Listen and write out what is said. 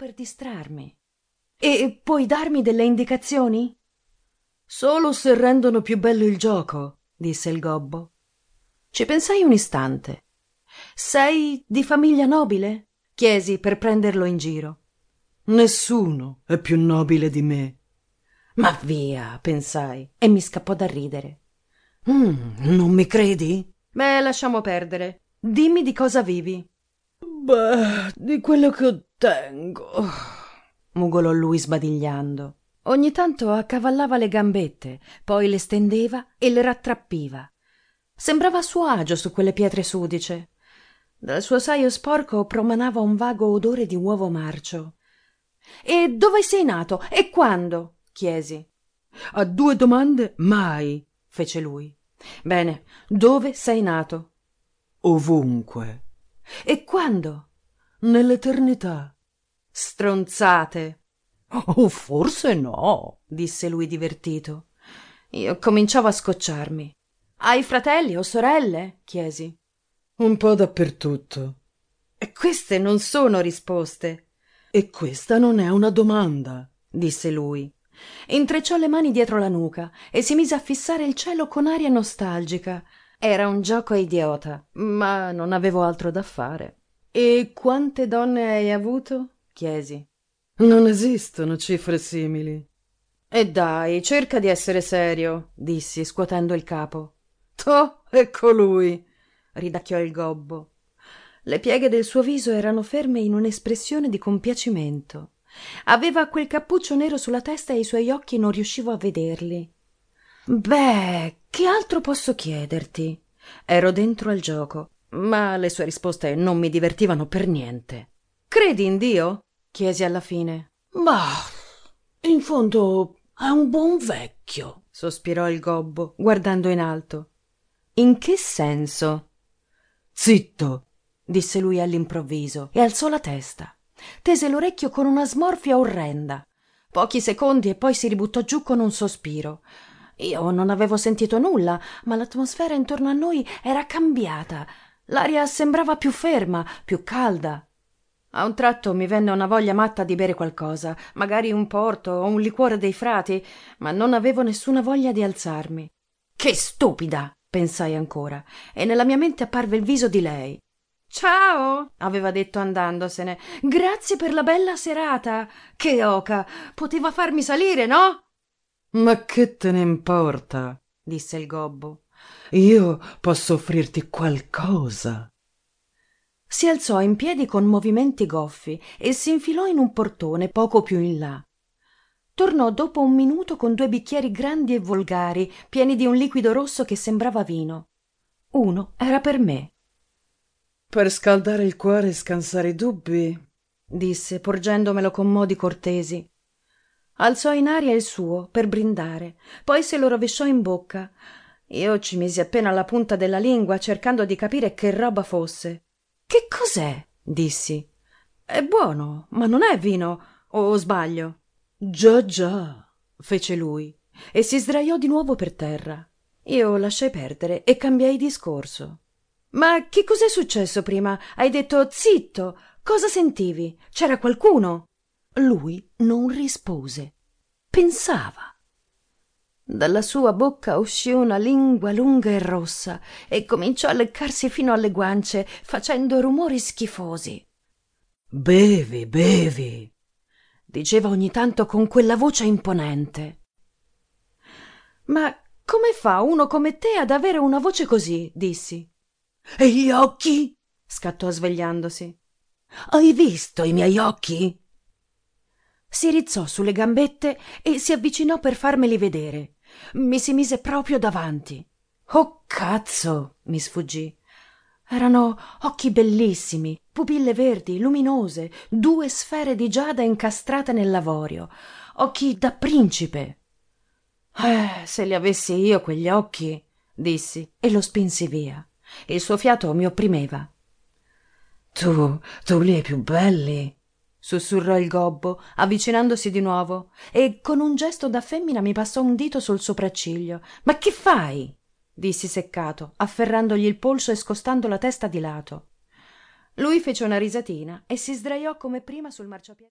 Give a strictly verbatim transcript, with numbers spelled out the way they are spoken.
per distrarmi. E puoi darmi delle indicazioni? Solo se rendono più bello il gioco, disse il gobbo. Ci pensai un istante. Sei di famiglia nobile? Chiesi per prenderlo in giro. Nessuno è più nobile di me. Ma via, pensai, e mi scappò da ridere. Mm, non mi credi? Beh, lasciamo perdere. Dimmi di cosa vivi. Beh, di quello che ottengo, mugolò lui sbadigliando. Ogni tanto accavallava le gambette, poi le stendeva e le rattrappiva. Sembrava a suo agio su quelle pietre sudice. Dal suo saio sporco promanava un vago odore di uovo marcio. E dove sei nato? E quando? Chiesi. A due domande mai, fece lui. Bene, dove sei nato? Ovunque. E quando? Nell'eternità. Stronzate. Oh, forse no, disse lui divertito. Io cominciavo a scocciarmi. Hai fratelli o sorelle? Chiesi. Un po' dappertutto. E queste non sono risposte. E questa non è una domanda, disse lui. Intrecciò le mani dietro la nuca e si mise a fissare il cielo con aria nostalgica. Era un gioco idiota, ma non avevo altro da fare. E quante donne hai avuto? Chiesi. Non esistono cifre simili. E dai, cerca di essere serio, dissi, scuotendo il capo. Toh, ecco lui, ridacchiò il gobbo. Le pieghe del suo viso erano ferme in un'espressione di compiacimento. Aveva quel cappuccio nero sulla testa e i suoi occhi non riuscivo a vederli. Beh, che altro posso chiederti? Ero dentro al gioco, ma le sue risposte non mi divertivano per niente. Credi in Dio? Chiesi alla fine. Bah, in fondo è un buon vecchio, sospirò il gobbo, guardando in alto. In che senso? Zitto, disse lui all'improvviso e alzò la testa. Tese l'orecchio con una smorfia orrenda. Pochi secondi e poi si ributtò giù con un sospiro. Io non avevo sentito nulla, ma l'atmosfera intorno a noi era cambiata. L'aria sembrava più ferma, più calda. A un tratto mi venne una voglia matta di bere qualcosa, magari un porto o un liquore dei frati, ma non avevo nessuna voglia di alzarmi. Che stupida, pensai ancora, e nella mia mente apparve il viso di lei. Ciao, aveva detto andandosene. Grazie per la bella serata. Che oca, poteva farmi salire, no? Ma che te ne importa? Disse il gobbo. Io posso offrirti qualcosa. Si alzò in piedi con movimenti goffi e si infilò in un portone poco più in là. Tornò dopo un minuto con due bicchieri grandi e volgari, pieni di un liquido rosso che sembrava vino. Uno era per me. Per scaldare il cuore e scansare i dubbi, disse, porgendomelo con modi cortesi. Alzò in aria il suo per brindare, poi se lo rovesciò in bocca. Io ci misi appena la punta della lingua, cercando di capire che roba fosse. Che cos'è? Dissi. È buono, ma non è vino, o sbaglio? Già, già, fece lui, e si sdraiò di nuovo per terra. Io lasciai perdere e cambiai discorso. Ma che cos'è successo prima? Hai detto zitto. Cosa sentivi? C'era qualcuno? Lui non rispose. Pensava. Dalla sua bocca uscì una lingua lunga e rossa e cominciò a leccarsi fino alle guance, facendo rumori schifosi. Bevi, bevi, diceva ogni tanto con quella voce imponente. Ma come fa uno come te ad avere una voce così? Dissi. E gli occhi? Scattò svegliandosi. Hai visto i miei occhi? Si rizzò sulle gambette e si avvicinò per farmeli vedere. Mi si mise proprio davanti. Oh cazzo, mi sfuggì. Erano occhi bellissimi, pupille verdi, luminose, due sfere di giada incastrate nell'avorio, occhi da principe. Eh, se li avessi io quegli occhi, dissi, e lo spinsi via. Il suo fiato mi opprimeva. Tu, tu li hai più belli, sussurrò il gobbo, avvicinandosi di nuovo, e con un gesto da femmina mi passò un dito sul sopracciglio. Ma che fai? Dissi seccato, afferrandogli il polso e scostando la testa di lato. Lui fece una risatina e si sdraiò come prima sul marciapiede.